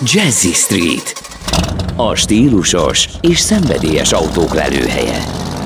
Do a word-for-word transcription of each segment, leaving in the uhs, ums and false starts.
Jazzy Street, a stílusos és szenvedélyes autók lelőhelye.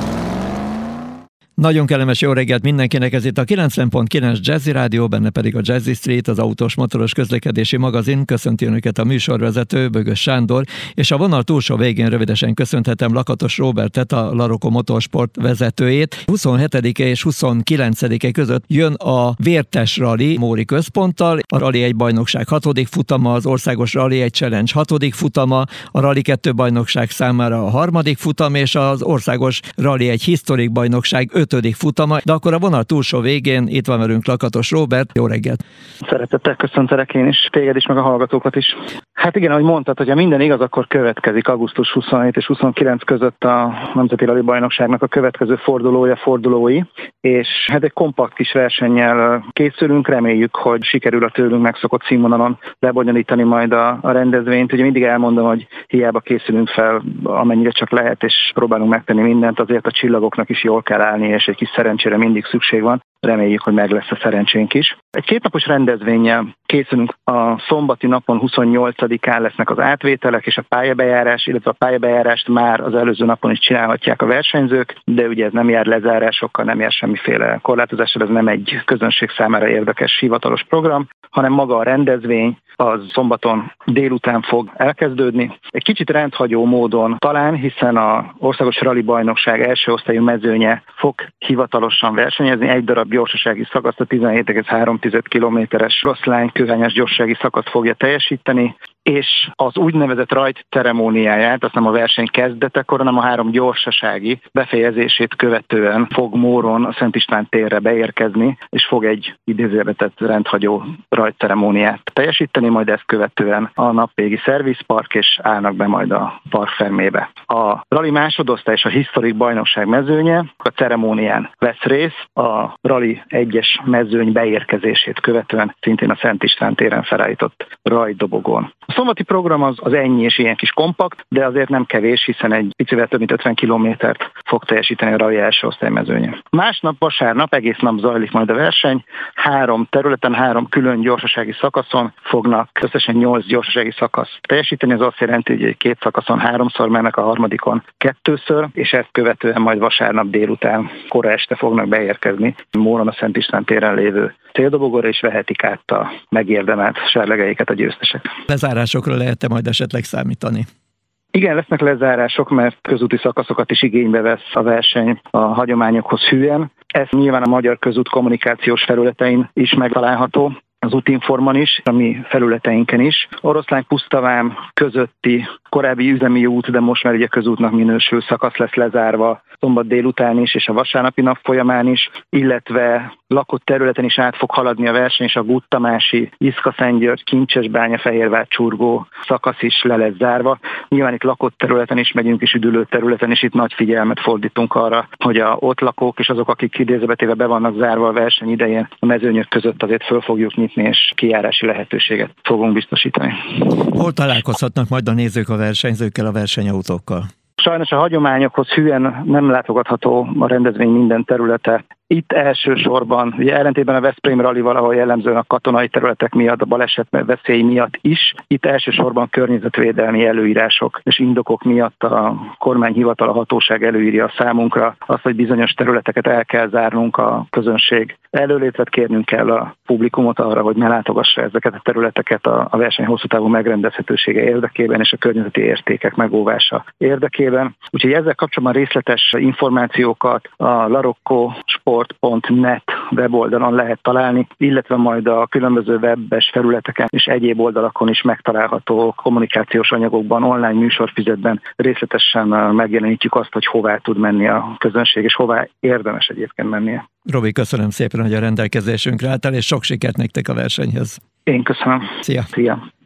Nagyon kellemes jó reggelt mindenkinek, ez itt a kilencven pont kilenc Jazzy Rádió, benne pedig a Jazzy Street, az autós motoros közlekedési magazin. Köszönti önöket a műsorvezető, Bögös Sándor, és a vonal túlsó végén rövidesen köszönhetem Lakatos Róbertet, a Laroko Motorsport vezetőjét. huszonhetedike és huszonkilencedike között jön a Vértes Rally Móri központtal, a Rally egy bajnokság hatodik futama, az Országos Rally egy Challenge hatodik futama, a Rally kettő bajnokság számára a harmadik futam, és az Országos Rally egy Historic bajnokság ötödik futama, de akkor a vonal túlsó végén itt van velünk Lakatos Róbert. Jó reggelt! Szeretettel köszöntelek én is, téged is, meg a hallgatókat is. Hát igen, ahogy mondtad, hogyha minden igaz, akkor következik augusztus huszonhét és huszonkilenc között a Nemzeti Rally Bajnokságnak a következő fordulója, fordulói, és hát egy kompakt kis versennyel készülünk, reméljük, hogy sikerül a tőlünk megszokott színvonalon lebonyolítani majd a, a rendezvényt. Ugye mindig elmondom, hogy hiába készülünk fel, amennyire csak lehet, és próbálunk megtenni mindent, azért a csillagoknak is jól kell állni, és egy kis szerencsére mindig szükség van. Reméljük, hogy meg lesz a szerencsénk is. Egy kétnapos rendezvénnyel készülünk. A szombati napon huszonnyolcadikán lesznek az átvételek és a pályabejárás, illetve a pályabejárást már az előző napon is csinálhatják a versenyzők, de ugye ez nem jár lezárásokkal, nem jár semmiféle korlátozással, ez nem egy közönség számára érdekes hivatalos program, hanem maga a rendezvény az szombaton délután fog elkezdődni. Egy kicsit rendhagyó módon talán, hiszen az Országos Rally Bajnokság első osztályú mezőnye fog hivatalosan versenyezni, egy darab gyorsasági szakaszt, a tizenhét egész három kilométeres Roszlány kőhányás gyorsasági szakaszt fogja teljesíteni, és az úgynevezett rajt ceremóniáját, azt nem a verseny kezdetekor, hanem a három gyorsasági befejezését követően fog Móron a Szent István térre beérkezni, és fog egy idézőjelentett rendhagyó rajtceremóniát teljesíteni, majd ezt követően a napvégi szervizpark, és állnak be majd a park fermébe. A rally másodosztály és a Historic bajnokság mezőnye a ceremónián vesz részt, a rally egyes mezőny beérkezését követően szintén a Szent István téren felállított rajtdobogón. A szombati program az, az ennyi és ilyen kis kompakt, de azért nem kevés, hiszen egy picivel több mint ötven kilométert fog teljesíteni a rally első osztály mezőnye. Másnap, vasárnap, egész nap zajlik majd a verseny. Három területen, három külön gyorsasági szakaszon fognak összesen nyolc gyorsasági szakaszt teljesíteni. Ez azt jelenti, hogy két szakaszon háromszor mennek, a harmadikon kettőször, és ezt követően majd vasárnap délután kora este fognak beérkezni Móron a Szent István téren lévő céldobogóra, és vehetik át a megérdemelt serlegeiket a győztesek. Lezárásokra lehet-e majd esetleg számítani? Igen, lesznek lezárások, mert közúti szakaszokat is igénybe vesz a verseny a hagyományokhoz hűen. Ez nyilván a magyar közút kommunikációs felületein is megtalálható, az Útinformon is, a mi felületeinken is. Oroszlány-Pusztavám közötti korábbi üzemi út, de most már ugye közútnak minősül szakasz lesz lezárva szombat délután is, és a vasárnapi nap folyamán is, illetve lakott területen is át fog haladni a verseny, és a Guttamási, Iszka-Szentgyörgy, Kincsesbánya, Fehérvár csurgó szakasz is le lesz zárva. Nyilván itt lakott területen is megyünk, és üdülő területen is itt nagy figyelmet fordítunk arra, hogy a ott lakók és azok, akik idézőbetéve be vannak zárva a verseny idején, a mezőnyök között azért föl fogjuk nyitni, és kijárási lehetőséget fogunk biztosítani. Hol találkozhatnak majd a nézők a versenyzőkkel, a versenyautókkal? Sajnos a hagyományokhoz hűen nem látogatható a rendezvény minden területe. Itt elsősorban, ugye ellentétben a Veszprém Rallyval, ahol jellemzően a katonai területek miatt, a baleset veszély miatt is, itt elsősorban környezetvédelmi előírások és indokok miatt a kormányhivatal, a hatóság előírja a számunkra azt, hogy bizonyos területeket el kell zárnunk a közönség elől, illetve kérnünk kell a publikumot arra, hogy ne látogassa ezeket a területeket a, a verseny hosszú távú megrendezhetősége érdekében és a környezeti értékek megóvása érdekében. Úgyhogy ezzel kapcsolatban részletes információkat a Laroko Sport pont net weboldalon lehet találni, illetve majd a különböző webes felületeken és egyéb oldalakon is megtalálható kommunikációs anyagokban, online műsorfüzetben részletesen megjelenítjük azt, hogy hová tud menni a közönség, és hová érdemes egyébként mennie. Robi, köszönöm szépen, hogy a rendelkezésünkre álltál, és sok sikert nektek a versenyhez. Én köszönöm. Szia! Szia!